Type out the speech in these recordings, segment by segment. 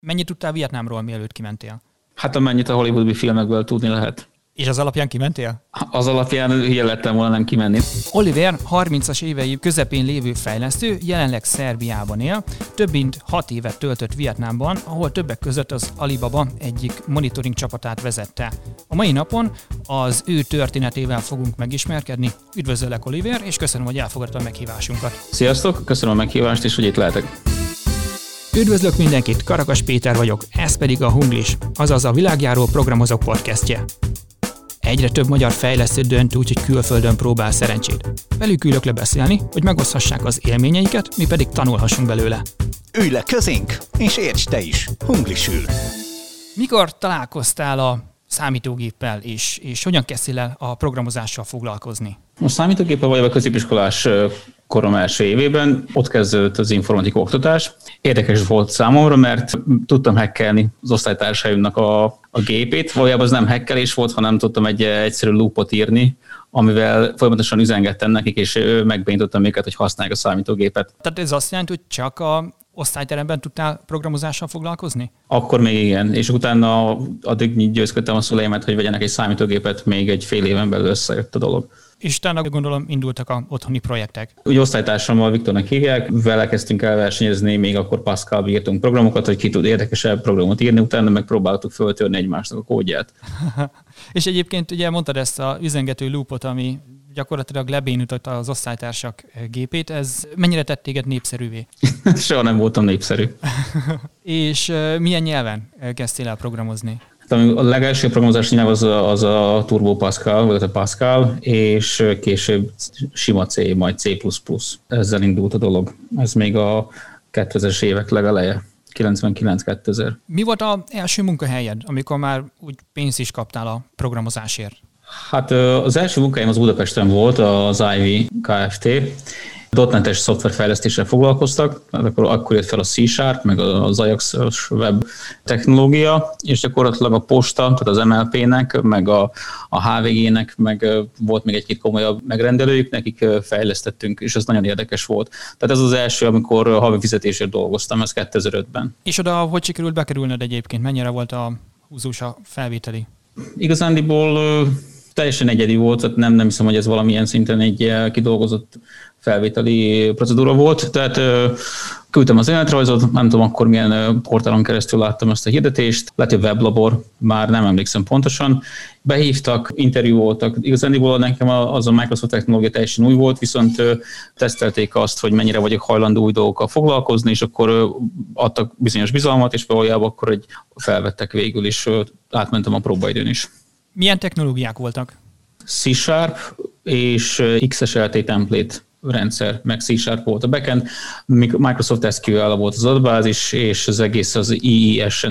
Mennyit tudtál Vietnámról, mielőtt kimentél? Hát amennyit a hollywoodi filmekből tudni lehet. És az alapján kimentél? Az alapján hülye lettem volna nem kimenni. Oliver 30-as évei közepén lévő fejlesztő, jelenleg Szerbiában él, több mint 6 évet töltött Vietnámban, ahol többek között az Alibaba egyik monitoring csapatát vezette. A mai napon az ő történetével fogunk megismerkedni. Üdvözöllek, Oliver, és köszönöm, hogy elfogadtad a meghívásunkat. Sziasztok, köszönöm a meghívást, és hogy itt lehetek. Üdvözlök mindenkit, Karakas Péter vagyok, ez pedig a Hunglish, azaz a világjáró programozók podcastje. Egyre több magyar fejlesztő dönt úgy, hogy külföldön próbál szerencsét. Velük ülök le beszélni, hogy megoszthassák az élményeiket, mi pedig tanulhassunk belőle. Ülj le közénk, és érts te is, Hunglishül! Mikor találkoztál a számítógéppel, és hogyan kezdtél el a programozással foglalkozni? A számítógéppel vagy a középiskolás korom első évében, ott kezdődött az informatika oktatás. Érdekes volt számomra, mert tudtam hackelni az osztálytársaimnak a gépét. Valójában az nem hackelés volt, hanem tudtam egy egyszerű loopot írni, amivel folyamatosan üzengettem nekik, és megbénítottam őket, hogy használják a számítógépet. Tehát ez azt jelenti, hogy csak a osztályteremben tudtál programozással foglalkozni? Akkor még igen, és utána addig győzködtem a szüleimet, hogy vegyenek egy számítógépet, még egy fél éven belül összejött a dolog. És utána gondolom indultak a otthoni projektek. Úgy osztálytársammal, Viktornak hívják, vele kezdtünk el versenyezni, még akkor Pascal írtunk programokat, hogy ki tud érdekesebb programot írni, utána megpróbáltuk föltörni egymásnak a kódját. És egyébként ugye mondtad ezt a üzengető loopot, ami gyakorlatilag lebénította az osztálytársak gépét, ez mennyire tett téged népszerűvé? Soha nem voltam népszerű. És milyen nyelven kezdtél el programozni? A legelső programozási nyelv az a Turbo Pascal, vagy a Pascal, és később sima C, majd C++. Ezzel indult a dolog. Ez még a 2000-es évek legeleje, 99-2000. Mi volt az első munkahelyed, amikor már úgy pénzt is kaptál a programozásért? Hát az első munkahelyem az Budapesten volt, az Ivy Kft. .NET-es szoftverfejlesztéssel foglalkoztak, akkor jött fel a C#, meg az Ajax web technológia, és gyakorlatilag a posta, tehát az MLP-nek, meg a HVG-nek, meg volt még egy-két komolyabb megrendelőjük, nekik fejlesztettünk, és ez nagyon érdekes volt. Tehát ez az első, amikor havi fizetésért dolgoztam, ez 2005-ben. És oda hogy sikerült bekerülnöd egyébként? Mennyire volt a húzós a felvételi? Igazándiból teljesen egyedi volt, tehát nem hiszem, hogy ez valamilyen szinten egy kidolgozott felvételi procedúra volt, tehát küldtem az önéletrajzot, nem tudom akkor milyen portálon keresztül láttam ezt a hirdetést, lehet, hogy weblabor, már nem emlékszem pontosan, behívtak, interjú voltak, igazándiból nekem az a Microsoft technológia teljesen új volt, viszont tesztelték azt, hogy mennyire vagyok hajlandó új dolgokkal foglalkozni, és akkor adtak bizonyos bizalmat, és valójában akkor felvettek végül, és átmentem a próbaidőn is. Milyen technológiák voltak? C# és XSLT template rendszer, meg C# volt a backend, Microsoft SQL volt az adatbázis, és az egész az IIS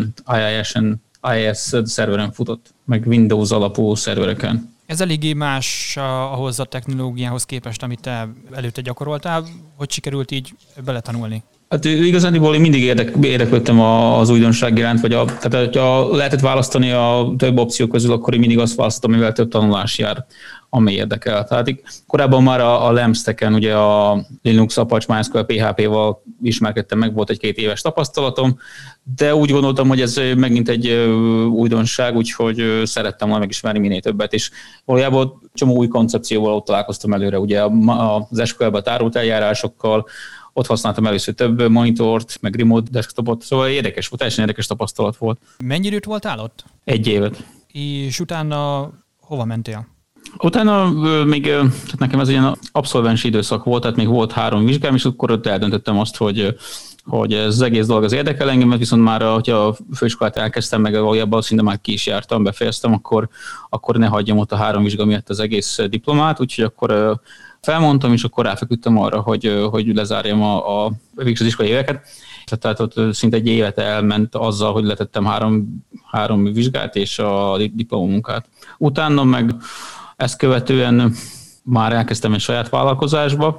szerveren futott, meg Windows alapú szervereken. Ez eléggé más ahhoz a technológiához képest, amit te előtte gyakoroltál. Hogy sikerült így beletanulni? Hát igazából én mindig érdeklődtem az újdonság iránt, tehát ha lehetett választani a több opció közül, akkor én mindig azt választottam, mivel több tanulás jár, ami érdekel. Tehát korábban már a LAMP-steken, ugye a Linux, Apache, MySQL, PHP-val ismerkedtem meg, volt egy 2 éves tapasztalatom, de úgy gondoltam, hogy ez megint egy újdonság, úgyhogy szerettem volna megismerni minél többet, és valójában csomó új koncepcióval ott találkoztam előre, ugye az SQL-be tárult eljárásokkal, ott használtam először több monitort, meg remote desktopot, szóval érdekes volt, teljesen érdekes tapasztalat volt. Mennyi időt voltál ott? 1 évet. És utána hova mentél? Utána még, tehát nekem ez olyan abszolvensi időszak volt, tehát még volt 3 vizsgám, és akkor ott eldöntöttem azt, hogy ez az egész dolog az érdekel engem, viszont már, hogyha a főiskolát elkezdtem, meg valójában szinte már ki is jártam, befejeztem, akkor ne hagyjam ott a 3 vizsga miatt az egész diplomát, úgyhogy akkor felmondtam, és akkor ráfeküdtem arra, hogy lezárjam a végső iskolai éveket. Tehát ott szinte 1 évet elment azzal, hogy letettem 3 vizsgát és a diplomamunkát. Utána meg ezt követően már elkezdtem egy saját vállalkozásba.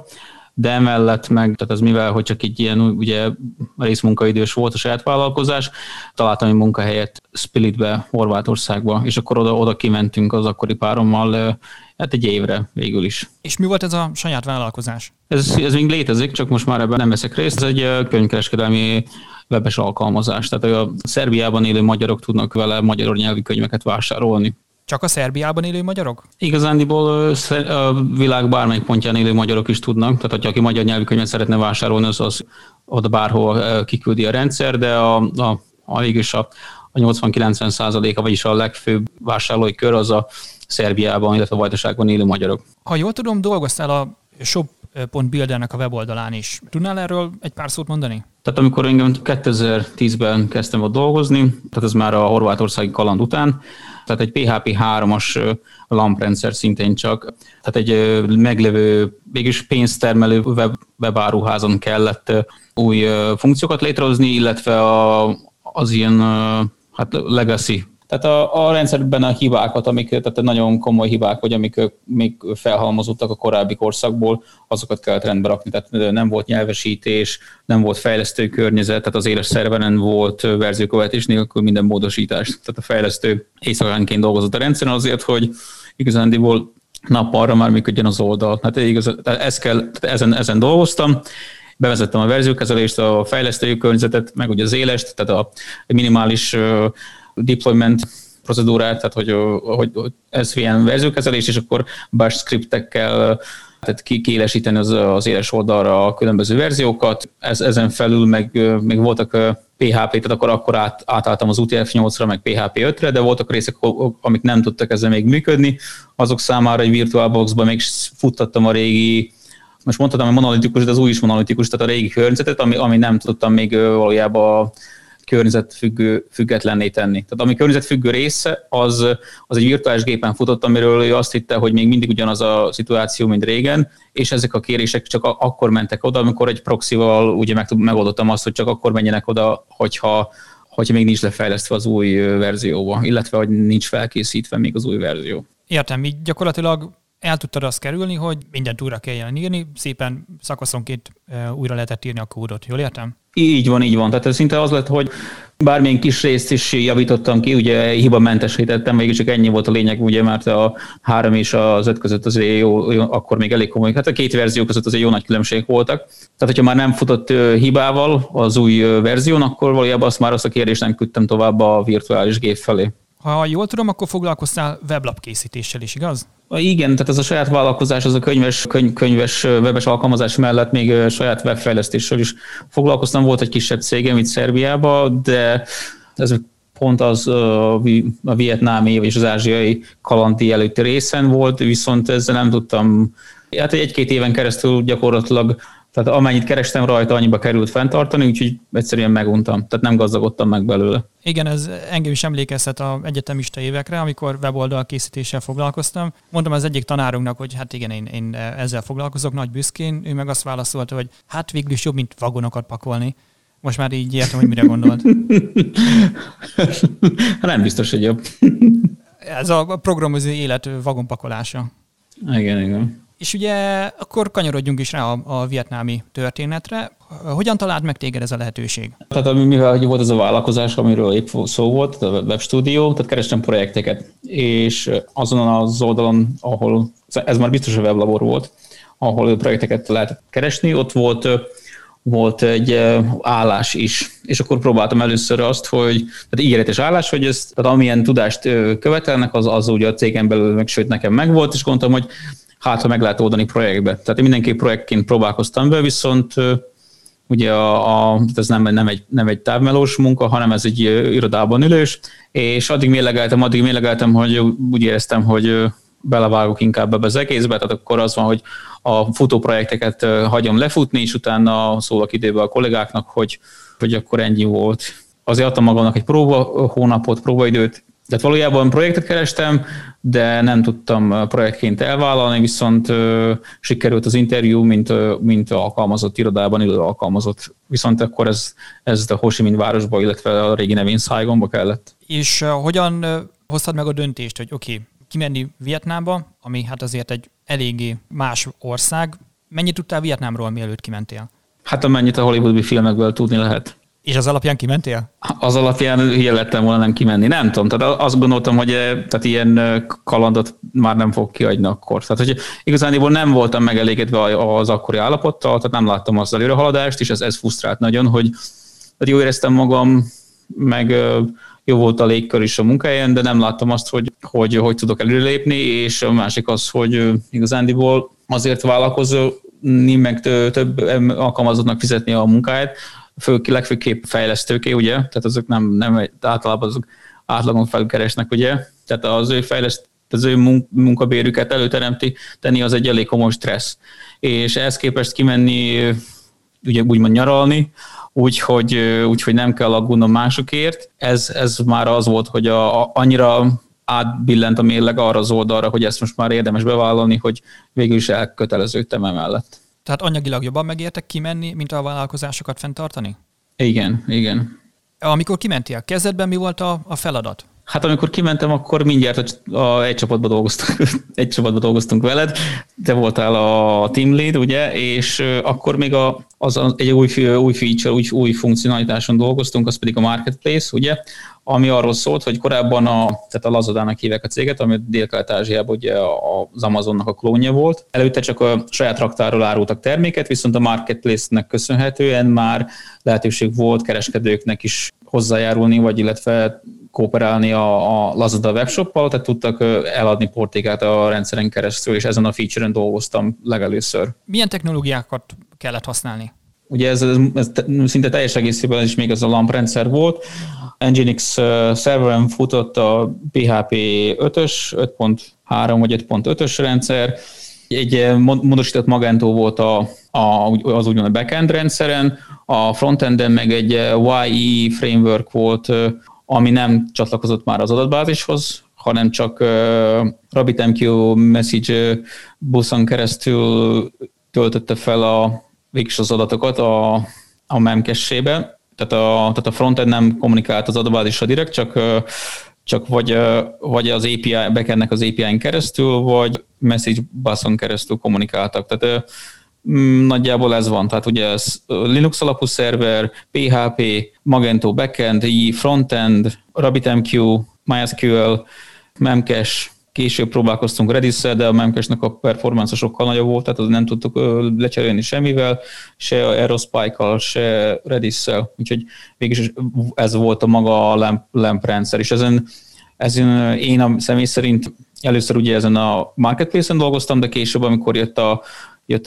de emellett meg, tehát ez mivel, hogy csak egy ilyen ugye részmunkaidős volt a saját vállalkozás, találtam egy munkahelyet Splitbe, Horvátországba, és akkor oda kimentünk az akkori párommal, hát egy évre végül is. És mi volt ez a saját vállalkozás? Ez még létezik, csak most már ebben nem veszek részt. Ez egy könyvkereskedelmi webes alkalmazás. Tehát a Szerbiában élő magyarok tudnak vele magyar nyelvi könyveket vásárolni. Csak a Szerbiában élő magyarok? Igazándiból a világ bármelyik pontján élő magyarok is tudnak. Tehát, aki magyar nyelvi könyvet szeretne vásárolni, az oda bárhol kiküldi a rendszer, de végülis a 80-90%-a, vagyis a legfőbb vásárlói kör az a Szerbiában, illetve a Vajdaságban élő magyarok. Ha jól tudom, dolgoztál a shop.buildernek a weboldalán is. Tudnál erről egy pár szót mondani? Tehát amikor engem 2010-ben kezdtem ott dolgozni, tehát ez már a horvátországi kaland után, tehát egy PHP 3-as LAMP-rendszer szintén csak, tehát egy meglevő, végülis pénztermelő webáruházon kellett új funkciókat létrehozni, illetve az ilyen legacy. Tehát a rendszerben a hibákat, tehát nagyon komoly hibák, vagy amik még felhalmozottak a korábbi korszakból, azokat kellett rendbe rakni. Tehát nem volt nyelvesítés, nem volt fejlesztő környezet, tehát az éles szerveren volt verziókövetés nélkül minden módosítás. Tehát a fejlesztő éjszakánként dolgozott a rendszeren azért, hogy igazándiból nappalra már működjön az oldal. Ezen dolgoztam. Bevezettem a verziókezelést, a fejlesztői környezetet, meg ugye az élest, tehát a minimális deployment procedúrát, tehát hogy ez ilyen verziókezelés, és akkor bash scriptekkel tehát kiélesíteni az éles oldalra a különböző verziókat. Ezen felül még voltak PHP, tehát akkor átálltam az UTF-8-ra, meg PHP 5-re, de voltak részek, amik nem tudtak ezzel még működni. Azok számára egy VirtualBox-ban még futtattam a régi, most mondhatom, hogy monolitikus, de az új is monolitikus, tehát a régi környezetet, ami nem tudtam még valójában környezetfüggetlenné tenni. Tehát ami környezetfüggő része, az egy virtuális gépen futott, amiről ő azt hitte, hogy még mindig ugyanaz a szituáció, mint régen, és ezek a kérések csak akkor mentek oda, amikor egy proxyval ugye megoldottam azt, hogy csak akkor menjenek oda, hogyha még nincs lefejlesztve az új verzióba, illetve hogy nincs felkészítve még az új verzió. Értem, így gyakorlatilag el tudtad azt kerülni, hogy mindent újra kelljen írni, szépen szakaszonként újra lehetett írni a kódot. Jól értem? Így van. Tehát ez szinte az lett, hogy bármilyen kis részt is javítottam ki, ugye hibamentesítettem, mégis csak ennyi volt a lényeg, ugye, mert a 3 és az 5 között azért jó, akkor még elég komoly, hát a két verzió között azért jó nagy különbségek voltak. Tehát, hogyha már nem futott hibával az új verzión, akkor valójában azt a kérdést nem küldtem tovább a virtuális gép felé. Ha jól tudom, akkor foglalkoztál weblap készítéssel is, igaz? Igen, tehát ez a saját vállalkozás, az a könyves webes alkalmazás mellett még saját webfejlesztéssel is foglalkoztam. Volt egy kisebb cégem itt Szerbiában, de ez pont az a vietnámi és az ázsiai kalandi előtti részen volt, viszont ezzel nem tudtam, hát egy-két éven keresztül gyakorlatilag, tehát amennyit kerestem rajta, annyiba került fenntartani, úgyhogy egyszerűen meguntam, tehát nem gazdagodtam meg belőle. Igen, ez engem is emlékeztet az egyetemista évekre, amikor weboldal készítéssel foglalkoztam. Mondtam az egyik tanárunknak, hogy hát igen, én ezzel foglalkozok nagy büszkén, ő meg azt válaszolta, hogy hát végül is jobb, mint vagonokat pakolni. Most már így értem, hogy mire gondolt. Nem biztos, hogy jobb. Ez a programozó élet vagonpakolása. Igen. És ugye akkor kanyarodjunk is rá a vietnámi történetre. Hogyan talált meg téged ez a lehetőség? Tehát mivel volt ez a vállalkozás, amiről épp szó volt, a webstúdió, tehát kerestem projekteket, és azon az oldalon, ahol, ez már biztos a weblabor volt, ahol projekteket lehetett keresni, ott volt egy állás is, és akkor próbáltam először azt, hogy tehát ígéretes állás, hogy tehát amilyen tudást követelnek, az ugye a cégen belül meg, sőt nekem megvolt, és gondoltam, hogy ha meg lehet oldani projektbe. Tehát én mindenképp projektként próbálkoztam be, viszont ugye ez nem egy távmelós munka, hanem ez egy irodában ülős, és addig mérlegeltem, hogy úgy éreztem, hogy belevágok inkább ebbe az egészbe, tehát akkor az van, hogy a futóprojekteket hagyom lefutni, és utána szólok időbe a kollégáknak, hogy akkor ennyi volt. Azért adtam magamnak egy próbaidőt, tehát valójában projektet kerestem, de nem tudtam projektként elvállalni, viszont sikerült az interjú, mint alkalmazott irodában ülő alkalmazott. Viszont akkor ez a Ho Chi Minh városba, illetve a régi nevén Saigonba kellett. És hogyan hoztad meg a döntést, hogy kimenni Vietnámba, ami hát azért egy eléggé más ország, Mennyit tudtál Vietnámról, mielőtt kimentél? Hát amennyit a hollywoodi filmekből tudni lehet. És az alapján kimentél? Az alapján hülye lettem volna nem kimenni. Nem tudom, tehát azt gondoltam, hogy tehát ilyen kalandot már nem fog kiadni akkor. Tehát, hogy igazániból nem voltam megelégedve az akkori állapottal, tehát nem láttam azt előrehaladást, és ez frusztrált nagyon, hogy jó éreztem magam, meg jó volt a légkör is a munkahelyen, de nem láttam azt, hogy tudok előrelépni, és a másik az, hogy igazándiból azért vállalkozni, meg több alkalmazottnak fizetni a munkáját, legfőképp fejlesztőké, ugye, tehát azok nem általában azok átlagon felkeresnek, ugye, tehát az ő munkabérüket előteremti, tenni az egy elég komoly stressz. És ehhez képest kimenni, ugye úgymond nyaralni, úgyhogy nem kell aggódnom másokért. Ez már az volt, hogy annyira átbillent a mérleg arra az oldalra, hogy ezt most már érdemes bevállalni, hogy végül is elköteleződtem emellett. Tehát anyagilag jobban megértek kimenni, mint a vállalkozásokat fenntartani? Igen. Amikor kimentél, kezdetben mi volt a feladat? Hát amikor kimentem, akkor mindjárt egy csapatban dolgoztunk veled, te voltál a team lead, ugye, és akkor még egy új feature, új funkcionalitáson dolgoztunk, az pedig a marketplace, ugye, ami arról szólt, hogy korábban tehát a Lazadának hívják a céget, ami Dél-Kelet-Ázsiában ugye az Amazonnak a klónja volt. Előtte csak a saját raktárról árultak terméket, viszont a marketplace-nek köszönhetően már lehetőség volt kereskedőknek is hozzájárulni, vagy illetve kooperálni a Lazada webshoppal, tehát tudtak eladni portékát a rendszeren keresztül, és ezen a feature-en dolgoztam legelőször. Milyen technológiákat kellett használni? Ugye ez szinte teljes egészében is még ez a LAMP rendszer volt. Nginx szerveren futott a PHP 5-ös, 5.3 vagy 5.5-ös rendszer. Egy módosított Magento volt az úgymond backend rendszeren, a frontenden meg egy YE framework volt, ami nem csatlakozott már az adatbázishoz, hanem csak RabbitMQ message buszon keresztül töltötte fel végig az adatokat a memcache-be. Tehát a frontend nem kommunikált az adatbázissal direkt, csak vagy az API, backendnek az API-n keresztül, vagy message buszon keresztül kommunikáltak. Tehát nagyjából ez van. Tehát ugye ez Linux alapú szerver, PHP, Magento backend, frontend, RabbitMQ, MySQL, Memcache. Később próbálkoztunk Redis-szel, de a Memcache-nek a performance sokkal nagyobb volt, tehát az nem tudtuk lecserélni semmivel, se Aerospike-kal, se Redis-szel. Úgyhogy végülis ez volt a maga LAMP rendszer. És ezen én a személy szerint először ugye ezen a marketplace-en dolgoztam, de később, amikor jött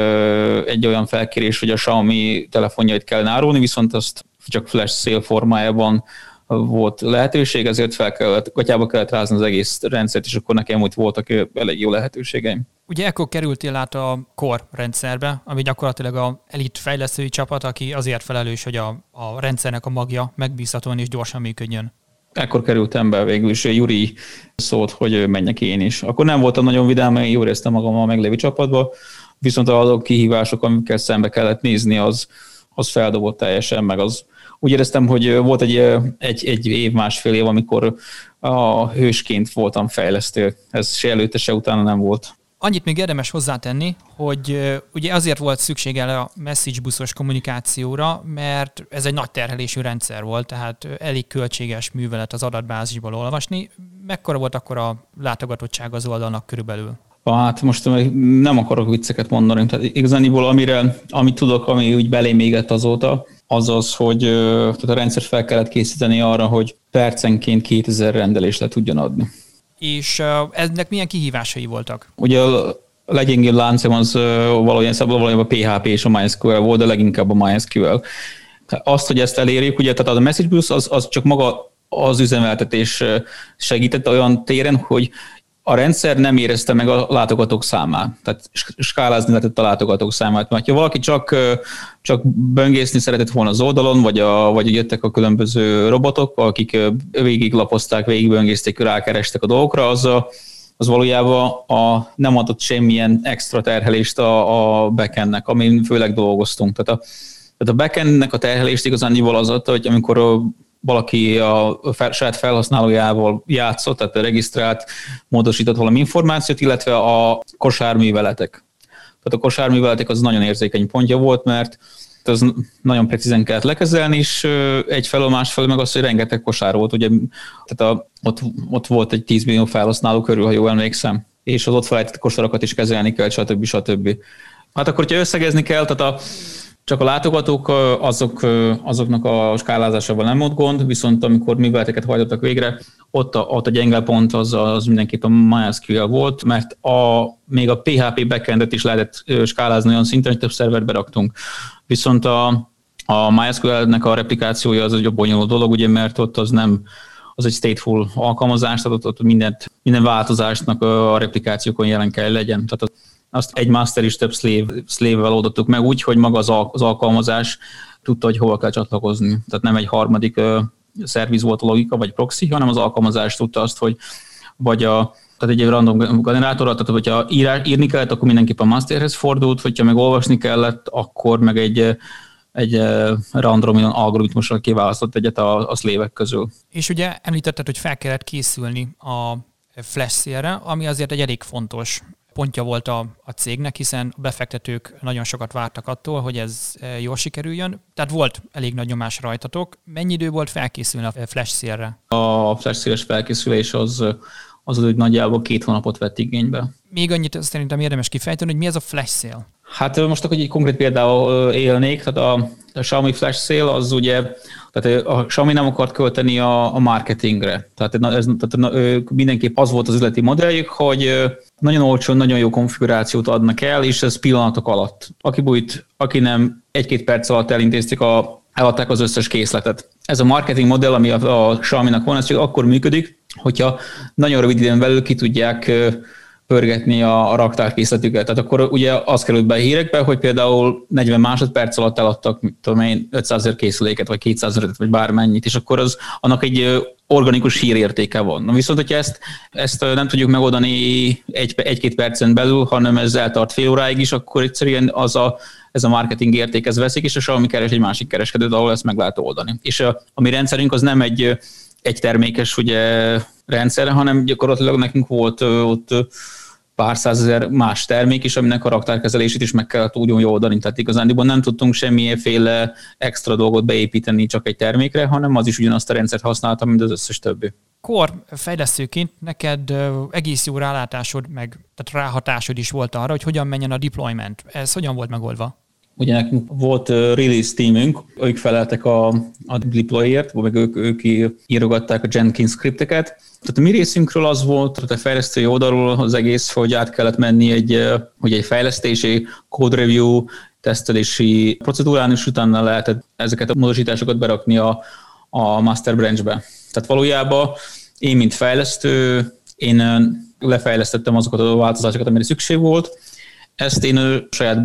egy olyan felkérés, hogy a Xiaomi telefonjait kellene árulni, viszont azt csak flash sale formájában volt lehetőség, ezért gatyába kellett rázni az egész rendszert, és akkor nekem úgy voltak elég jó lehetőségeim. Ugye ekkor kerültél át a Core rendszerbe, ami gyakorlatilag a elit fejlesztői csapat, aki azért felelős, hogy a rendszernek a magja megbízhatóan és gyorsan működjön. Ekkor kerültem be végül, és Juri szólt, hogy menjek én is. Akkor nem voltam nagyon vidám, én jól éreztem magam a meglévő csapatba, viszont a kihívások, amikkel szembe kellett nézni, az feldobott teljesen, meg az úgy éreztem, hogy volt egy év, másfél év, amikor a hősként voltam fejlesztő. Ez se előtte, se utána nem volt. Annyit még érdemes hozzátenni, hogy ugye azért volt szükség el a message buszos kommunikációra, mert ez egy nagy terhelésű rendszer volt, tehát elég költséges művelet az adatbázisból olvasni. Mekkora volt akkor a látogatottság az oldalnak körülbelül? Hát most nem akarok vicceket mondani, tehát igazániból amit tudok, ami úgy belém égett azóta, az, hogy tehát a rendszer fel kellett készíteni arra, hogy percenként 2000 rendelést le tudjon adni. És ennek milyen kihívásai voltak? Ugye a leggyengébb láncem az valójában a PHP és a MySQL volt, de leginkább a MySQL. Azt, hogy ezt elérjük, ugye, tehát a message bus az csak maga az üzemeltetés segített olyan téren, hogy a rendszer nem érezte meg a látogatók számát, tehát skálázni lehetett a látogatók számát, mert ha valaki csak böngészni szeretett volna az oldalon, vagy jöttek a különböző robotok, akik végiglapozták, végigböngészték, rákerestek a dolgokra, az valójában nem adott semmilyen extra terhelést a backendnek, amin főleg dolgoztunk. Tehát a backendnek a terhelést igazándiból az adta, hogy amikor valaki a saját felhasználójával játszott, tehát regisztrált, módosított valami információt, illetve a kosárműveletek. Tehát a kosárműveletek az nagyon érzékeny pontja volt, mert az nagyon precízen kellett lekezelni, és egyfelől, másfelől meg az, hogy rengeteg kosár volt. Ugye, tehát ott volt egy 10 millió felhasználó körül, ha jól emlékszem, és az ott felejtett kosarakat is kezelni kell, stb. Hát akkor, hogyha összegezni kell, tehát csak a látogatók, azoknak a skálázásával nem volt gond, viszont amikor műveleteket hajtottak végre, ott a gyenge pont az mindenképpen MySQL volt, mert még a PHP backendet is lehetett skálázni olyan szinten, hogy több szervert beraktunk. Viszont a MySQL-nek a replikációja az egy bonyolult dolog, ugye, mert ott az egy stateful alkalmazás, tehát ott minden változásnak a replikációkon jelen kell legyen. Tehát azt egy master is több slave-vel oldottuk meg úgy, hogy maga az alkalmazás tudta, hogy hova kell csatlakozni. Tehát nem egy harmadik szerviz volt a logika, vagy proxy, hanem az alkalmazás tudta azt, hogy tehát egy random generátorra, tehát hogyha írni kellett, akkor mindenképpen masterhez fordult, hogyha meg olvasni kellett, akkor meg egy random algoritmusra kiválasztott egyet a slave-ek közül. És ugye említetted, hogy fel kellett készülni a FlashSale-re, ami azért egy elég fontos pontja volt a cégnek, hiszen a befektetők nagyon sokat vártak attól, hogy ez jól sikerüljön. Tehát volt elég nagy nyomás rajtatok. Mennyi idő volt felkészülni a FlashSale-re? A FlashSale-es felkészülés az úgy nagyjából 2 hónapot vett igénybe. Még annyit szerintem érdemes kifejteni, hogy mi ez a FlashSale? Hát most akkor egy konkrét példával élnék, tehát a Xiaomi FlashSale az ugye, tehát a Xiaomi nem akart költeni a marketingre. Tehát mindenképp az volt az üzleti modelljük, hogy nagyon olcsón, nagyon jó konfigurációt adnak el, és ez pillanatok alatt. Aki nem 1-2 perc alatt eladták az összes készletet. Ez a marketing modell, ami a Xiaomi-nak van, ez csak akkor működik, hogyha nagyon rövid időn belül ki tudják pörgetni a raktárkészletüket. Tehát akkor ugye az került be a hírekbe, hogy például 40 másodperc alatt eladtak, 500 000 készüléket, vagy 200 000, vagy bármennyit, és akkor annak egy organikus hírértéke van. Na viszont, hogyha ezt nem tudjuk megoldani 1-2 percen belül, hanem ez eltart fél óráig is, akkor egyszerűen ez a marketing érték, ez veszik, és a Xiaomi keres egy másik kereskedőt, ahol ezt meg lehet oldani. És a mi rendszerünk az nem egy termékes ugye, rendszer, hanem gyakorlatilag nekünk volt ott pár százezer más termék is, aminek a raktárkezelését is meg kellett úgy jól oldani. Tehát igazándiból nem tudtunk semmiféle extra dolgot beépíteni csak egy termékre, hanem az is ugyanazt a rendszert használta, mint az összes többi. Core fejlesztőként neked egész jó rálátásod, tehát ráhatásod is volt arra, hogy hogyan menjen a deployment. Ez hogyan volt megoldva? Ugye nekünk volt release teamünk, ők feleltek a deployért, vagy ők írogatták a Jenkins scripteket. Tehát a mi részünkről az volt, tehát a fejlesztői oldalról az egész, hogy át kellett menni egy fejlesztési, code review, tesztelési procedúrán, és utána lehetett ezeket a módosításokat berakni a master branchbe. Tehát valójában én, mint fejlesztő, én lefejlesztettem azokat a változásokat, amire szükség volt. Ezt én saját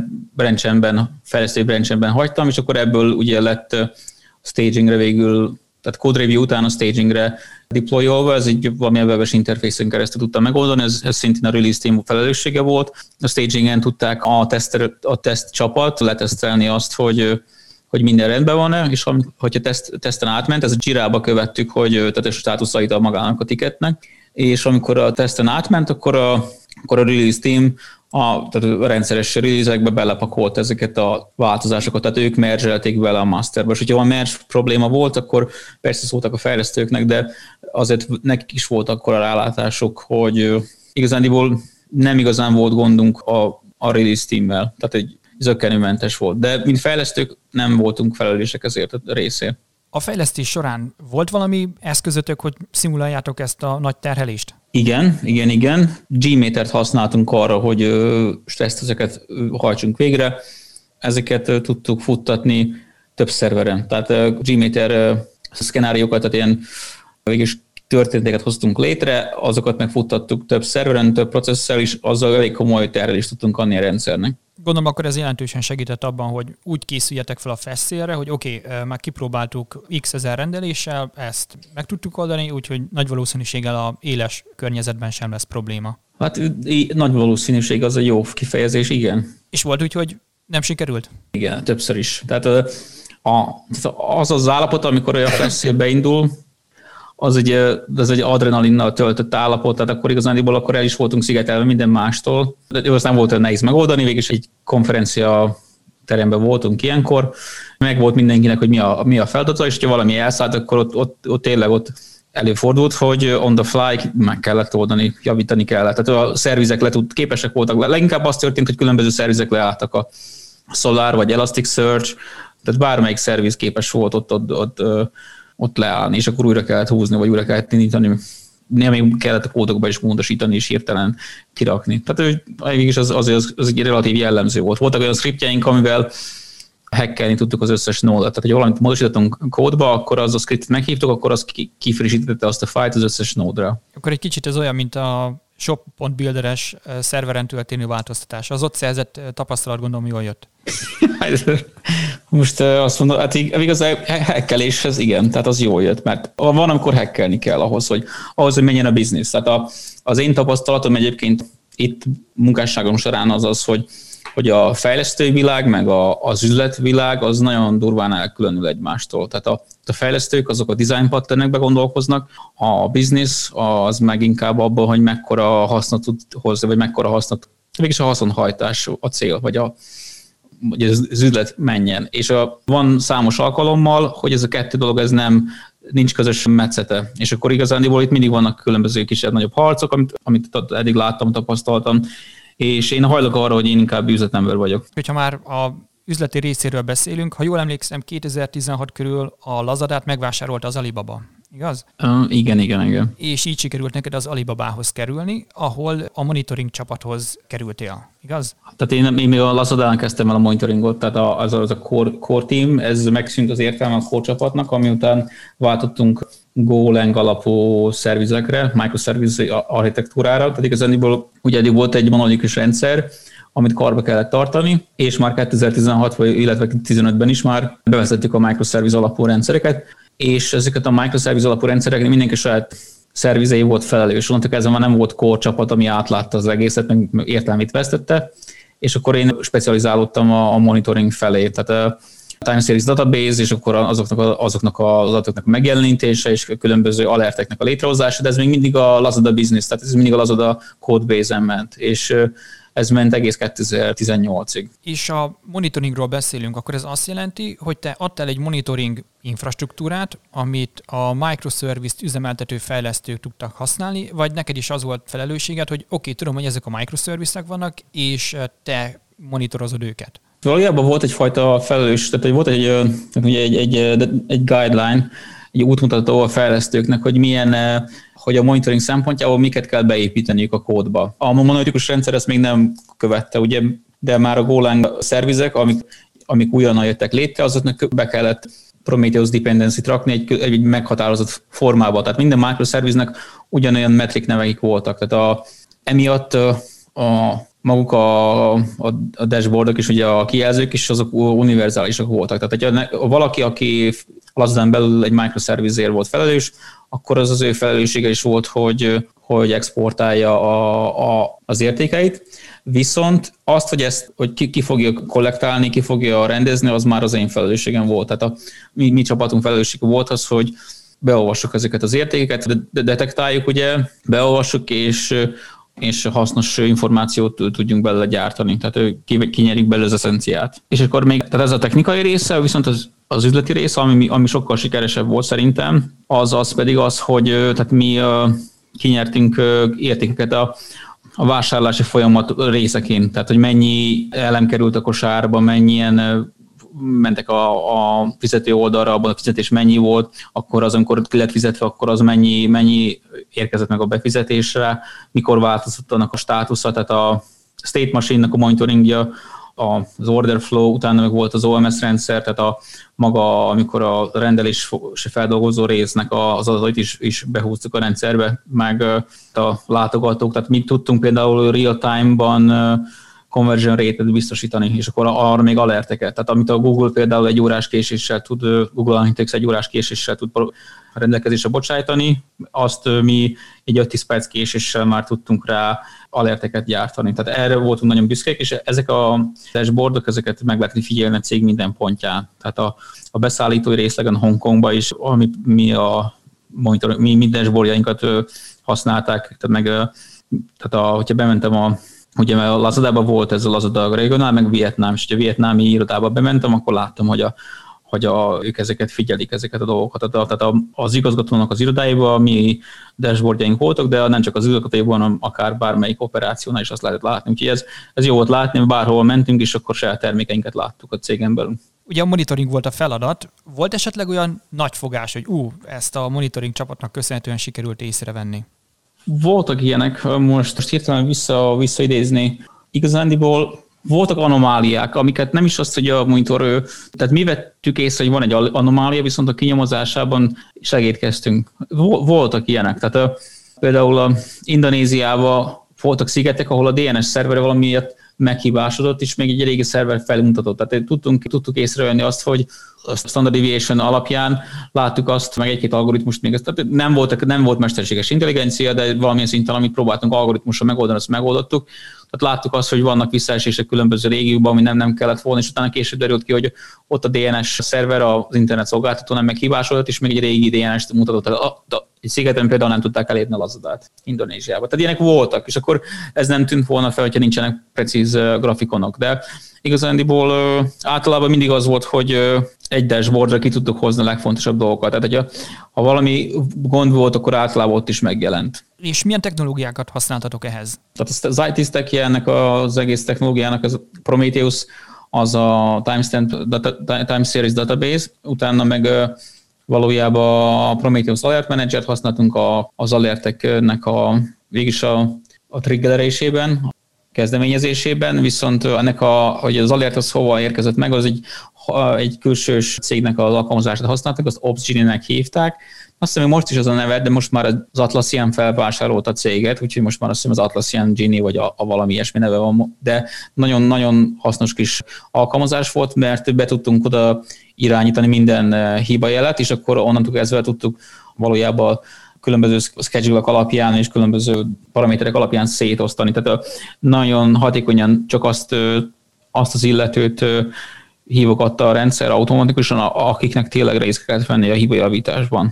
fejlesztői branchemben hagytam, és akkor ebből ugye lett stagingre végül, tehát code review után a stagingre deployolva, ez egy valamilyen webes interfészön keresztül tudtam megoldani, ez szintén a release team felelőssége volt. A stagingen tudták a teszt csapat letesztelni azt, hogy minden rendben van-e, és hogyha teszten átment, ez a Jira-ba követtük, hogy tehát a státuszait a magának a ticketnek, és amikor a teszten átment, akkor a release team tehát a rendszeres release-ekbe belepakolt ezeket a változásokat, tehát ők mergelték bele a masterbe. És hogyha van merge probléma volt, akkor persze szóltak a fejlesztőknek, de azért nekik is volt akkor a rálátások, hogy igazándiból nem igazán volt gondunk a release teammel, tehát egy zökkenőmentes volt. De mint fejlesztők nem voltunk felelősek ezért a részért. A fejlesztés során volt valami eszközötök, hogy szimuláljátok ezt a nagy terhelést? Igen. Gmetert használtunk arra, hogy stresszteszeket hajtsunk végre. Ezeket tudtuk futtatni több szerveren. Tehát Gmeter szkenáriókat, tehát ilyen végülis történeteket hoztunk létre, azokat megfuttattuk több szerveren, több processzorral, és azzal elég komoly terhelést tudtunk adni a rendszernek. Gondolom, akkor ez jelentősen segített abban, hogy úgy készüljetek fel a FlashSale-re, hogy oké, már kipróbáltuk x ezer rendeléssel, ezt meg tudtuk oldani, úgyhogy nagy valószínűséggel a éles környezetben sem lesz probléma. Hát nagy valószínűség az a jó kifejezés, igen. És volt úgy, hogy nem sikerült? Igen, többször is. Tehát az állapot, amikor a FlashSale beindul, az egy adrenalinnal töltött állapot, tehát akkor igazándiból akkor el is voltunk szigetelve minden mástól. De az nem volt olyan nehéz megoldani, végülis egy konferencia teremben voltunk ilyenkor, meg volt mindenkinek, hogy mi a feladata, és ha valami elszállt, akkor ott tényleg előfordult, hogy on the fly meg kellett oldani, javítani kellett. Tehát a szervizek képesek voltak. Leginkább az történt, hogy különböző szervizek leálltak, a Solar vagy Elasticsearch, tehát bármelyik szerviz képes volt ott leállni, és akkor újra kellett húzni, vagy újra kellett indítani. Még kellett a kódokba is módosítani, és hirtelen kirakni. Tehát végülis az egy relatív jellemző volt. Voltak olyan scriptjeink, amivel hackelni tudtuk az összes nódot. Tehát, hogy valamit módosítottunk kódba, akkor az a scriptet meghívtuk, akkor az kifrissítette azt a fájlt az összes nódra. Akkor egy kicsit ez olyan, mint a shop.builder-es szerveren történő változtatás. Az ott szerzett tapasztalat, gondolom, jól jött. Most azt mondom, hát igazán hackeléshez igen, tehát az jól jött, mert van, amikor hackelni kell ahhoz, hogy menjen a biznisz. Tehát az én tapasztalatom egyébként itt munkásságom során az, hogy a fejlesztői világ, meg az üzletvilág az nagyon durván elkülönül egymástól. Tehát a fejlesztők azok a design patternekbe gondolkoznak, a business az meg inkább abban, hogy mekkora hasznot tud hozni, vagy mekkora hasznot, végülis a haszonhajtás a cél, vagy hogy az üzlet menjen. És van számos alkalommal, hogy ez a kettő dolog nincs közös metszete. És akkor igazándiból itt mindig vannak különböző kisebb-nagyobb harcok, amit eddig láttam, tapasztaltam, és én hajlok arra, hogy én inkább üzletember vagyok. Hogyha már a üzleti részéről beszélünk, ha jól emlékszem, 2016 körül a Lazadát megvásárolta az Alibaba, igaz? Igen. És így sikerült neked az Alibabához kerülni, ahol a monitoring csapathoz kerültél, igaz? Tehát én még a Lazadán kezdtem el a monitoringot, tehát az a core team, ez megszűnt az értelme a core csapatnak, ami után váltottunk Golang alapú szervizekre, microservice architektúrára, tehát igazából ugye eddig volt egy monolikus rendszer, amit karba kellett tartani, és már 2016, illetve 2015-ben is már bevezettük a microservice alapú rendszereket, és ezeket a microservice alapú rendszereknek mindenki saját szervizei volt felelős. Onnantól kezdve már nem volt core csapat, ami átlátta az egészet, meg értelmét vesztette, és akkor én specializálódtam a monitoring felé. Tehát a time series database, és akkor azoknak az adatoknak a megjelenítése, és a különböző alerteknek a létrehozása, de ez még mindig a Lazada business, tehát ez mindig a Lazada codebase-en ment, és ez ment egész 2018-ig. És a monitoringról beszélünk, akkor ez azt jelenti, hogy te adtál egy monitoring infrastruktúrát, amit a microservice-t üzemeltető fejlesztők tudtak használni, vagy neked is az volt felelősséged, hogy oké, tudom, hogy ezek a microservice-ek vannak, és te monitorozod őket. Valójában volt egyfajta felelős, tehát volt egy guideline, egy útmutató a fejlesztőknek, hogy hogy a monitoring szempontjából miket kell beépíteniük a kódba. A monolitikus rendszer ezt még nem követte, ugye, de már a Golang szervizek, amik újonnan jöttek létre, azoknak be kellett Prometheus dependency-t rakni egy meghatározott formába. Tehát minden microservice-nek ugyanolyan metrik neveik voltak. Tehát emiatt maguk a dashboardok és ugye a kijelzők is azok univerzálisak voltak. Tehát ha valaki, aki Lazadán belül egy microservice-ért volt felelős, akkor az ő felelőssége is volt, hogy exportálja az értékeit. Viszont azt, hogy ki fogja kollektálni, ki fogja rendezni, az már az én felelősségem volt. Tehát mi csapatunk felelőssége volt az, hogy beolvassuk ezeket az értékeket, detektáljuk, ugye, beolvassuk, és hasznos információt tudjunk belőle gyártani. Tehát kinyerjük belőle az eszenciát. És akkor még, tehát ez a technikai része, viszont az üzleti része, ami sokkal sikeresebb volt szerintem, az pedig az, hogy tehát mi kinyertünk értékeket a vásárlási folyamat részeként. Tehát, hogy mennyi elem került a kosárba, mennyien mentek a fizető oldalra, abban a fizetés mennyi volt, akkor az, amikor ki lett fizetve, akkor az mennyi érkezett meg a befizetésre, mikor változott annak a státusza, tehát a state machine-nak a monitoringja, az order flow, utána meg volt az OMS rendszer, tehát maga, amikor a rendelés feldolgozó résznek az adatait is behúztuk a rendszerbe, meg a látogatók, tehát mi tudtunk például real-time-ban conversion rate-et biztosítani, és akkor arra még alerteket. Tehát amit a Google például egy órás késéssel tud, Google Analytics egy órás késéssel tud rendelkezésre bocsájtani, azt mi egy 5-10 perc késéssel már tudtunk rá alerteket gyártani. Tehát erre voltunk nagyon büszkék, és ezek a dashboardok, ezeket meg lehet figyelni a cég minden pontján. Tehát a beszállítói részlegen Hongkongban is, mi a monitor, mi dashboardjainkat használták, hogyha bementem ugye a Lazadában volt ez a Lazada regionál, meg Vietnám, és ha a vietnámi irodába bementem, akkor láttam, hogy ők ezeket figyelik, ezeket a dolgokat. Tehát az igazgatónak az irodájában mi dashboardjaink voltak, de nem csak az igazgatójában, hanem akár bármelyik operációnál is azt lehetett látni. Úgyhogy ez jó volt látni, bárhol mentünk, és akkor saját termékeinket láttuk a cégen belül. Ugye a monitoring volt a feladat. Volt esetleg olyan nagy fogás, hogy ezt a monitoring csapatnak köszönhetően sikerült észrevenni? Voltak ilyenek, most hirtelen visszaidézni. Igazándiból voltak anomáliák, amiket nem is azt, hogy a monitor, tehát mi vettük észre, hogy van egy anomália, viszont a kinyomozásában segítkeztünk. Voltak ilyenek, tehát például Indonéziában voltak szigetek, ahol a DNS szerver valamiért meghibásodott, és még egy régi szerver felmutatott. Tehát tudtuk észrevenni azt, hogy a standard deviation alapján láttuk azt, meg egy-két algoritmust még, tehát nem volt mesterséges intelligencia, de valamilyen szinten, amit próbáltunk algoritmusra megoldani, azt megoldottuk. Tehát láttuk azt, hogy vannak visszaesések különböző régiókban, ami nem kellett volna, és utána később derült ki, hogy ott a DNS szerver, az internet szolgáltató nem meghibásodott, és még egy régi DNS-t mutatott. Egy szigeten például nem tudták elérni a Lazadát Indonéziában. Tehát ilyenek voltak, és akkor ez nem tűnt volna fel, hogyha nincsenek precíz grafikonok. De igazándiból általában mindig az volt, hogy egy dashboardra ki tudtuk hozni a legfontosabb dolgokat. Tehát ha valami gond volt, akkor általában ott is megjelent. És milyen technológiákat használtatok ehhez? Tehát az IT stackje ennek az egész technológiának, az Prometheus, az a time series database, utána meg valójában a Prometheus Alert Manager-t használtunk az alerteknek végig a triggerelésében, kezdeményezésében, viszont ennek hogy az alert az hova érkezett meg, az egy külsős cégnek az alkalmazását használtak, azt Opsgenie-nek hívták. Azt hiszem, hogy most is az a neve, de most már az Atlassian felvásárolt a céget, úgyhogy most már azt hiszem az Atlassian Genie vagy a valami ilyesmi neve van, de nagyon-nagyon hasznos kis alkalmazás volt, mert be tudtunk oda irányítani minden hibajelet, és akkor onnantól kezdve tudtuk valójában különböző schedule-ok alapján és különböző paraméterek alapján szétosztani. Tehát nagyon hatékonyan csak azt az illetőt hívogatta a rendszer automatikusan, akiknek tényleg részt kellett venni a hibajavításban.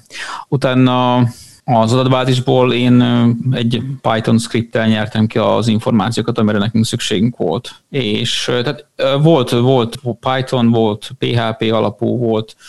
Utána az adatbázisból én egy Python scripttel nyertem ki az információkat, amire nekünk szükségünk volt. És tehát volt Python, volt PHP alapú,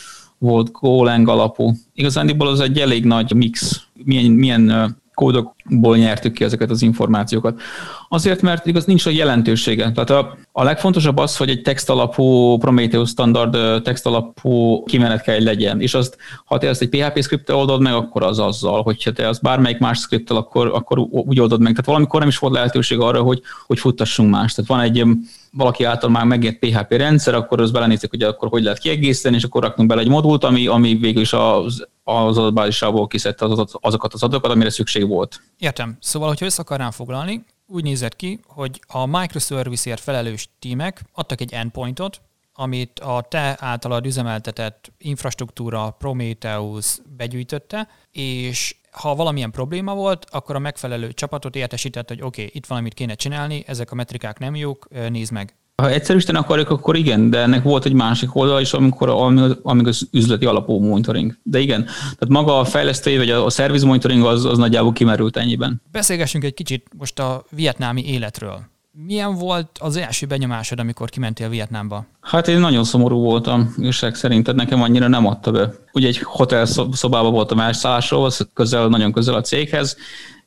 volt Golang alapú. Igazándiból az egy elég nagy mix, milyen kódokból nyertük ki ezeket az információkat. Azért, mert igaz nincs a jelentősége. Tehát a legfontosabb az, hogy egy textalapú Prometheus standard textalapú kimenet kell legyen, és azt, ha te ezt egy PHP scripttel oldod meg, akkor az azzal, hogyha te azt bármelyik más scripttel, akkor úgy oldod meg. Tehát valamikor nem is volt lehetőség arra, hogy futtassunk más. Tehát van valaki által már megért PHP rendszer, akkor az belenézik, hogy akkor hogy lehet kiegészíteni, és akkor raknunk bele egy modult, ami végül is az adatbázisából kiszedte azokat az adatokat, amire szükség volt. Értem. Szóval, hogyha össze akarnám foglalni, úgy nézett ki, hogy a microservice-ért felelős tímek adtak egy endpointot, amit a te általad üzemeltetett infrastruktúra Prometheus begyűjtötte, és ha valamilyen probléma volt, akkor a megfelelő csapatot értesített, hogy oké, itt valamit kéne csinálni, ezek a metrikák nem jók, nézd meg. Ha egyszerűsíteni akarjuk, akkor igen, de ennek volt egy másik oldal is, amíg az üzleti alapú monitoring. De igen, tehát maga a fejlesztői vagy a service monitoring az nagyjából kimerült ennyiben. Beszélgessünk egy kicsit most a vietnámi életről. Milyen volt az első benyomásod, amikor kimentél Vietnámba? Hát én nagyon szomorú voltam, igazság szerint, tehát nekem annyira nem adta be. Ugye egy hotel szobában voltam elszállásról, nagyon közel a céghez,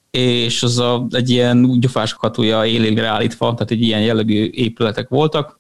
és az egy ilyen gyufás katúja élére állítva, tehát egy ilyen jellegű épületek voltak,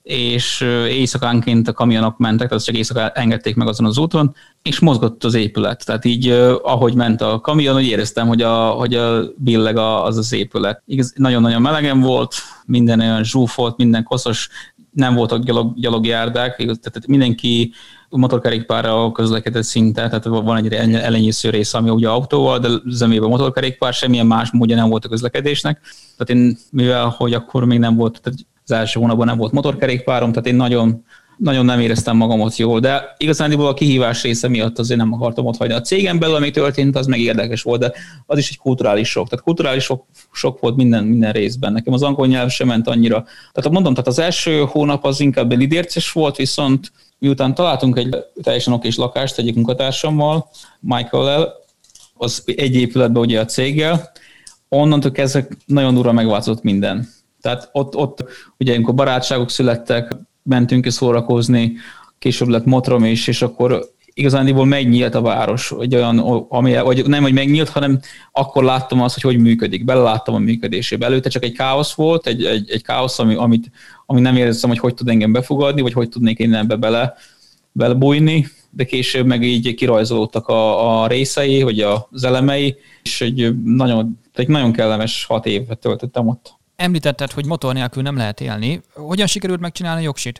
és éjszakánként a kamionok mentek, tehát csak éjszaka engedték meg azon az úton, és mozgott az épület. Tehát így, ahogy ment a kamion, úgy éreztem, hogy billeg az épület. Igaz, nagyon-nagyon melegen volt, minden olyan zsúfolt, minden koszos, nem voltak gyalogjárdák, tehát mindenki motorkerékpárral közlekedett szinte, tehát van egy elenyésző rész, ami ugye autóval, de zömében motorkerékpár, semmilyen más módja nem volt a közlekedésnek. Tehát én, mivel hogy akkor még nem volt, tehát az első hónapban nem volt motorkerékpárom, tehát én nagyon nem éreztem magam ott jól, de igazándiból a kihívás része miatt azért nem akartam ott hagyni. A cégen belül, ami történt, az meg érdekes volt, de az is egy kulturális sok. Tehát kulturális sok volt minden részben. Nekem az angol nyelv sem ment annyira. Tehát mondom, az első hónap az inkább lidérces volt, viszont miután találtunk egy teljesen okés lakást egyik munkatársammal, Michael-el, az egy épületben ugye a céggel, onnantól kezdve nagyon durva megváltozott minden. Tehát ott ugye amikor barátságok születtek, mentünk ki szórakozni, később lett motrom is, és akkor igazándiból megnyílt a város, vagy nem, hogy megnyílt, hanem akkor láttam azt, hogy működik, beleláttam a működésébe. Előtte csak egy káosz volt, egy káosz, ami nem éreztem, hogy tud engem befogadni, vagy hogy tudnék én ebbe belebújni, de később meg így kirajzolódtak a részei, vagy az elemei, és egy nagyon kellemes 6 évet töltöttem ott. Említetted, hogy motor nélkül nem lehet élni. Hogyan sikerült megcsinálni a jogsit?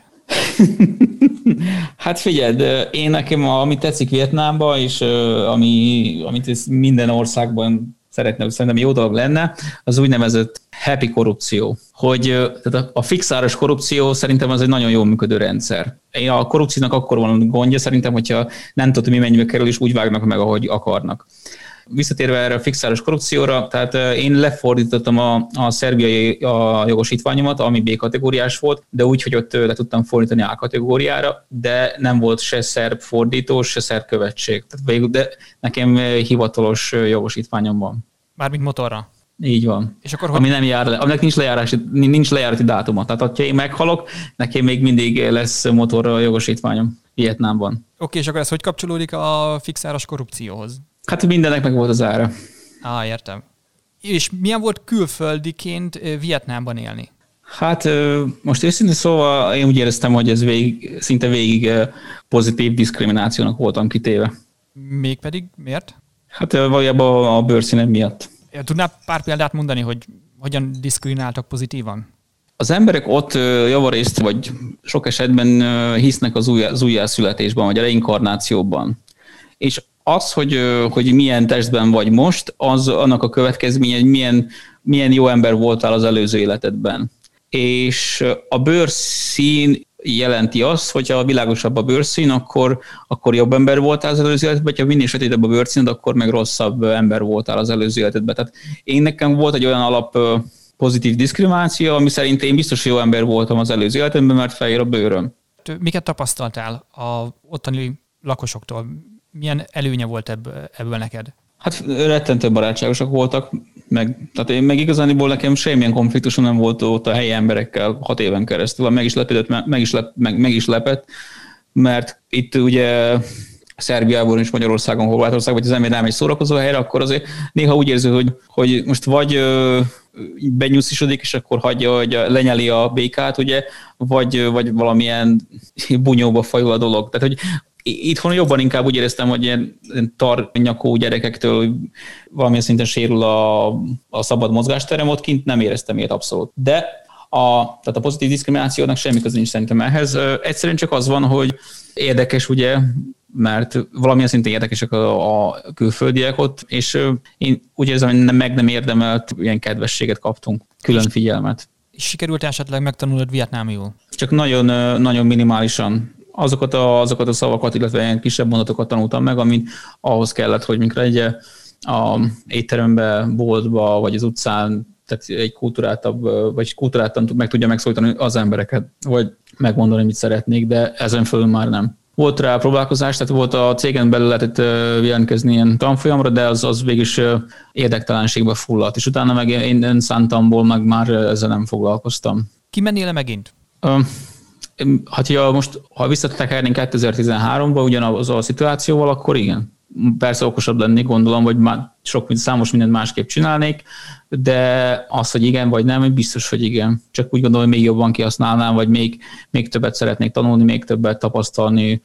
Hát figyeld, én nekem, amit tetszik Vietnámban, és amit minden országban szerintem jó dolog lenne, az úgynevezett happy korrupció. Tehát a fixáros korrupció szerintem az egy nagyon jól működő rendszer. A korrupciónak akkor van gondja szerintem, hogyha nem tudom, mi mennyibe kerül, és úgy vágnak meg, ahogy akarnak. Visszatérve erre a fixáros korrupcióra, tehát én lefordítottam a szerbiai jogosítványomat, ami B kategóriás volt, de úgy, hogy ott le tudtam fordítani A kategóriára, de nem volt se szerb fordító, se szerb követség. De nekem hivatalos jogosítványom van. Mármint motorra? Így van. És akkor ami nem jár le, aminek nincs lejárati dátuma. Tehát ha én meghalok, nekem még mindig lesz motorra jogosítványom Vietnámban. Oké, és akkor ez hogy kapcsolódik a fixáros korrupcióhoz? Hát mindennek meg volt az ára. Értem. És milyen volt külföldiként Vietnámban élni? Hát most őszintén szóval én úgy éreztem, hogy ez szinte végig pozitív diszkriminációnak voltam kitéve. Mégpedig miért? Hát valójában a bőrszínem miatt. Tudnál pár példát mondani, hogy hogyan diszkrimináltak pozitívan? Az emberek ott javarészt, vagy sok esetben hisznek az újjászületésben, vagy a reinkarnációban. És az, hogy milyen testben vagy most, az annak a következménye, hogy milyen jó ember voltál az előző életedben. És a bőrszín jelenti azt, hogyha világosabb a bőrszín, akkor jobb ember voltál az előző életedben, ha minél sötétebb a bőrszíned, akkor meg rosszabb ember voltál az előző életedben. Tehát nekem volt egy olyan alap pozitív diszkrimináció, ami szerint én biztos jó ember voltam az előző életemben, mert fehér a bőröm. Miket tapasztaltál az ottani lakosoktól? Milyen előnye volt ebből neked? Hát rettentő barátságosak voltak, tehát én meg igazániból nekem semmilyen konfliktusom nem volt ott a helyi emberekkel 6 éven keresztül. Meg is lepett, mert itt ugye Szerbiában és Magyarországon, Horvátországban, vagy az ember elmegy szórakozó helyre, akkor azért néha úgy érzi, hogy most vagy benyúszisodik, és akkor hagyja, hogy lenyeli a békát, ugye, vagy valamilyen bunyóba fajul a dolog. Tehát, hogy itthon jobban inkább úgy éreztem, hogy ilyen tarnyakó gyerekektől valamilyen szinten sérül a szabad mozgásterem, ott kint nem éreztem ilyet abszolút. De tehát a pozitív diszkriminációnak semmi köze nincs szerintem ehhez. Egyszerűen csak az van, hogy érdekes, ugye, mert valamilyen szinten érdekesek a külföldiek ott, és én úgy érzem, hogy nem érdemelt ilyen kedvességet kaptunk, külön figyelmet. És sikerült esetleg megtanulnod vietnámiul? Csak nagyon, nagyon minimálisan. Azokat a szavakat, illetve ilyen kisebb mondatokat tanultam meg, amit ahhoz kellett, hogy mikor a étterembe, boltba, vagy az utcán, tehát egy kulturáltan meg tudja megszólítani az embereket, vagy megmondani, mit szeretnék, de ezen fölül már nem. Volt rá próbálkozás, tehát volt a cégen belül lehetett jelentkezni ilyen tanfolyamra, de az végülis érdektelenségbe fulladt, és utána meg én szántamból meg már ezzel nem foglalkoztam. Kimennél megint? Hát ha visszatekernénk 2013-ba ugyanaz a szituációval, akkor igen. Persze okosabb lennék, gondolom, hogy már számos mindent másképp csinálnék, de az, hogy igen vagy nem, biztos, hogy igen. Csak úgy gondolom, hogy még jobban kihasználnám, vagy még többet szeretnék tanulni, még többet tapasztalni,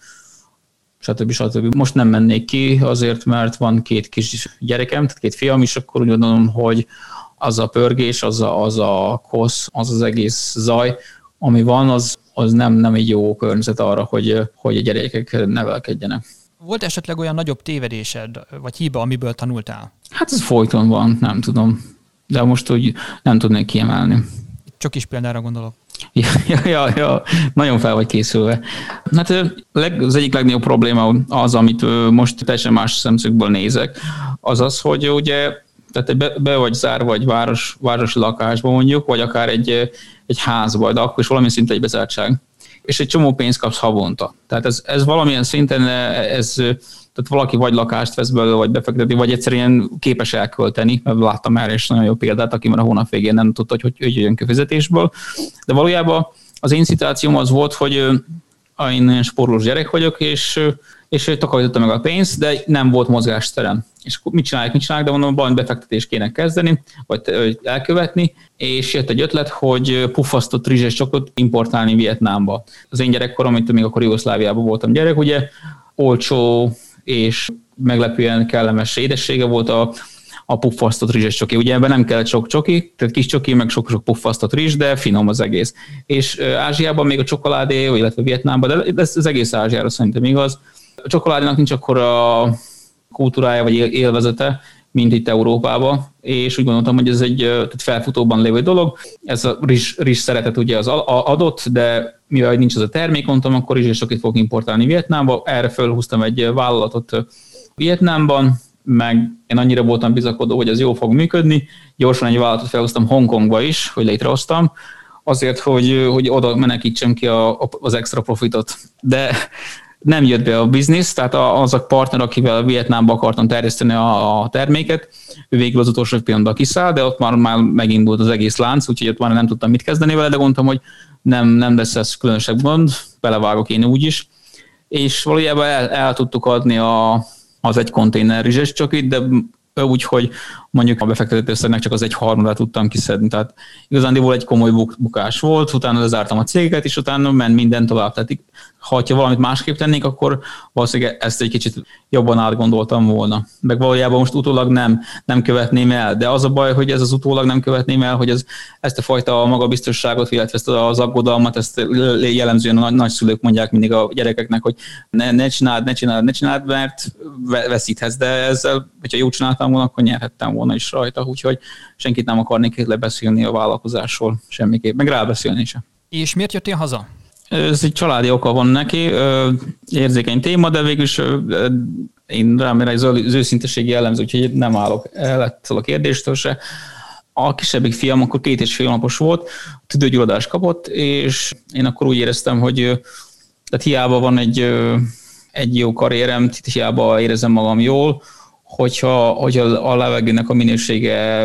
stb. Most nem mennék ki azért, mert van 2 kis gyerekem, tehát 2 fiam, és akkor úgy gondolom, hogy az a pörgés, az a kosz, az egész zaj, ami van, az nem egy jó környezet arra, hogy a gyerekek nevelkedjenek. Volt esetleg olyan nagyobb tévedésed, vagy hiba, amiből tanultál? Hát ez folyton van, nem tudom. De most úgy nem tudnék kiemelni. Csak is példára gondolok. Ja, nagyon fel vagy készülve. Hát az egyik legnagyobb probléma az, amit most teljesen más szemszögből nézek, az az, hogy ugye tehát be vagy zárva egy városi lakásba mondjuk, vagy akár egy házba, de akkor is valamilyen szinte egy bezártság. És egy csomó pénzt kapsz havonta. Tehát ez valamilyen szinten Tehát valaki vagy lakást vesz belőle, vagy befekteti, vagy egyszerűen képes elkölteni. Láttam erre is nagyon jó példát, aki már a hónap végén nem tudta, hogy jön ki fizetésből. De valójában az én szituációm az volt, hogy én olyan spórolós gyerek vagyok, és takarítottam meg a pénzt, de nem volt mozgásterem. És mit csinálják, de mondom, valami befektetést kéne kezdeni, vagy elkövetni, és jött egy ötlet, hogy puffasztott rizses csokot importálni Vietnámba. Az én gyerekkorom, mint még akkor Jugoszláviában voltam gyerek, ugye olcsó és meglepően kellemes édessége volt a puffasztott rizses csoki. Ugye ebben nem kellett sok csoki, tehát kis csoki, meg sok puffasztott rizs, de finom az egész. És Ázsiában még a csokoládé, illetve Vietnámban, de ez az egész Ázsiára szerintem igaz. A csokoládénak nincs akkora kultúrája vagy élvezete, mint itt Európában, és úgy gondoltam, hogy ez egy felfutóban lévő dolog. Ez a rizs szeretet ugye az adott, de mivel nincs az a termék, mondtam, akkor rizs csokit fogok importálni Vietnámba. Erre fölhúztam egy vállalatot Vietnámban, meg én annyira voltam bizakodó, hogy ez jól fog működni. Gyorsan egy vállalatot felhoztam Hongkongba is, hogy létrehoztam, azért, hogy oda menekítsem ki az extra profitot. De nem jött be a biznisz, tehát az a partner, akivel Vietnámba akartam terjeszteni a terméket, ő végül az utolsó pillanatban kiszáll, de ott már megindult az egész lánc, úgyhogy ott már nem tudtam mit kezdeni vele, de gondoltam, hogy nem lesz ez különösebb gond, belevágok én úgyis. És valójában el tudtuk adni az egy konténer rizses csokit, de úgy, hogy mondjuk a befektetett összegnek csak az 1/3 tudtam kiszedni. Tehát igazándiból egy komoly bukás volt, utána lezártam a céget, és utána ment minden tovább. Tehát ha valamit másképp tennék, akkor valószínűleg ezt egy kicsit jobban átgondoltam volna. Meg valójában most utólag nem követném el, de az a baj, hogy ez az utólag nem követném el, hogy ezt a fajta magabiztosságot, illetve ezt az aggodalmat, ezt jellemzően a nagyszülők mondják mindig a gyerekeknek, hogy ne csináld, mert veszíthetsz, de ezzel, hogyha jól csináltam volna, akkor nyerhettem volna is rajta, úgyhogy senkit nem akarnék lebeszélni a vállalkozásról semmiképp, meg rábeszélni sem. És miért jöttél haza? Ez egy családi oka van neki, érzékeny téma, de végülis én rám az őszinteség jellemző, úgyhogy nem állok el ettől a kérdéstől se. A kisebbik fiam akkor 2,5 hónapos volt, tüdőgyulladást kapott, és én akkor úgy éreztem, hogy tehát hiába van egy jó karrierem, hiába érezem magam jól, hogyha a levegőnek a minősége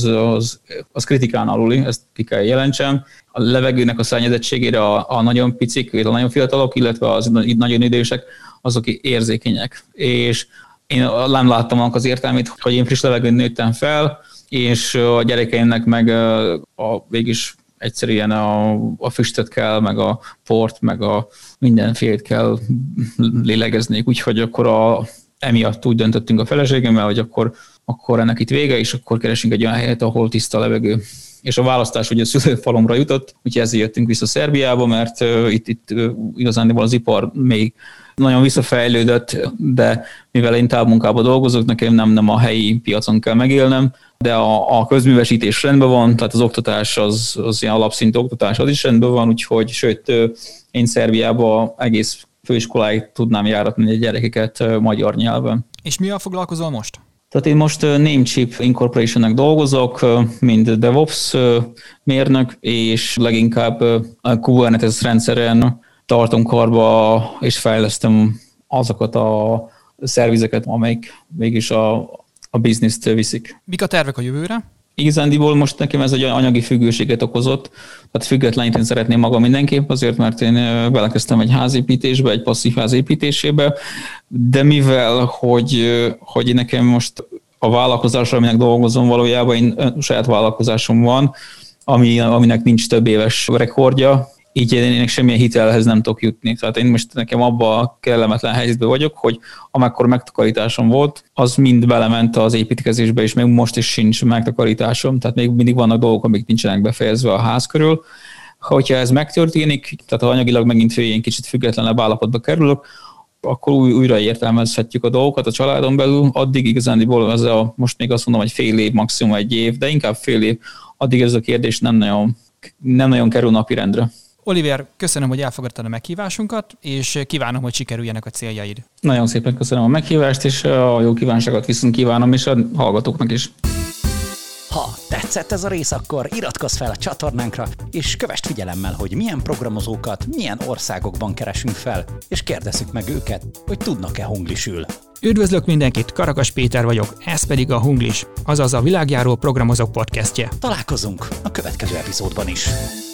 az kritikán aluli, ezt ki kell jelentsem. A levegőnek a szennyezettségére a nagyon picik, a nagyon fiatalok, illetve az nagyon idősek, azok érzékenyek. És én nem láttam annak az értelmét, hogy én friss levegőn nőttem fel, és a gyerekeimnek meg végig egyszerűen a füstöt kell, meg a port, meg a mindenfélét kell lélegeznék. Úgyhogy akkor emiatt úgy döntöttünk a feleségemmel, hogy akkor ennek itt vége, és akkor keresünk egy olyan helyet, ahol tiszta a levegő. És a választás ugye a szülőfalomra jutott, úgyhogy ezért jöttünk vissza Szerbiába, mert itt igazán az ipar még nagyon visszafejlődött, de mivel én távmunkában dolgozok, nekem nem a helyi piacon kell megélnem, de a közművesítés rendben van, tehát az oktatás, az ilyen alapszintű oktatás, az is rendben van, úgyhogy sőt, én Szerbiába egész főiskoláig tudnám járatni a gyerekeket magyar nyelven. És mivel foglalkozol most? Tehát én most Namecheap Incorporation-nek dolgozok, mint DevOps mérnök, és leginkább a Kubernetes rendszeren tartom karba, és fejlesztem azokat a szervizeket, amelyik mégis a business-t viszik. Mik a tervek a jövőre? Igazándiból most nekem ez egy anyagi függőséget okozott, tehát függetleníteni szeretném magam mindenképp, azért, mert én belekezdtem egy házépítésbe, egy passzív házépítésébe, de mivel, hogy nekem most a vállalkozásra, aminek dolgozom, valójában én saját vállalkozásom van, aminek nincs több éves rekordja, így én semmilyen hitelhez nem tudok jutni. Tehát én most nekem abban a kellemetlen helyzetben vagyok, hogy amekkor megtakarításom volt, az mind belement az építkezésbe, és még most is sincs megtakarításom, tehát még mindig vannak dolgok, amik nincsenek befejezve a ház körül. Hogyha ez megtörténik, tehát anyagilag megint ilyen kicsit függetlenebb állapotba kerülök, akkor újra értelmezhetjük a dolgokat a családon belül. Addig igazándiból most még azt mondom, hogy fél év, maximum 1 év, de inkább fél év, addig ez a kérdés nem nagyon kerül napirendre. Oliver, köszönöm, hogy elfogadtad a meghívásunkat, és kívánom, hogy sikerüljenek a céljaid. Nagyon szépen köszönöm a meghívást, és a jó kívánságot viszont kívánom, és a hallgatóknak is. Ha tetszett ez a rész, akkor iratkozz fel a csatornánkra, és kövesd figyelemmel, hogy milyen programozókat, milyen országokban keresünk fel, és kérdezzük meg őket, hogy tudnak-e hunglisül. Üdvözlök mindenkit, Karakas Péter vagyok, ez pedig a Hunglis, azaz a világjáró programozók podcastje. Találkozunk a következő epizódban is.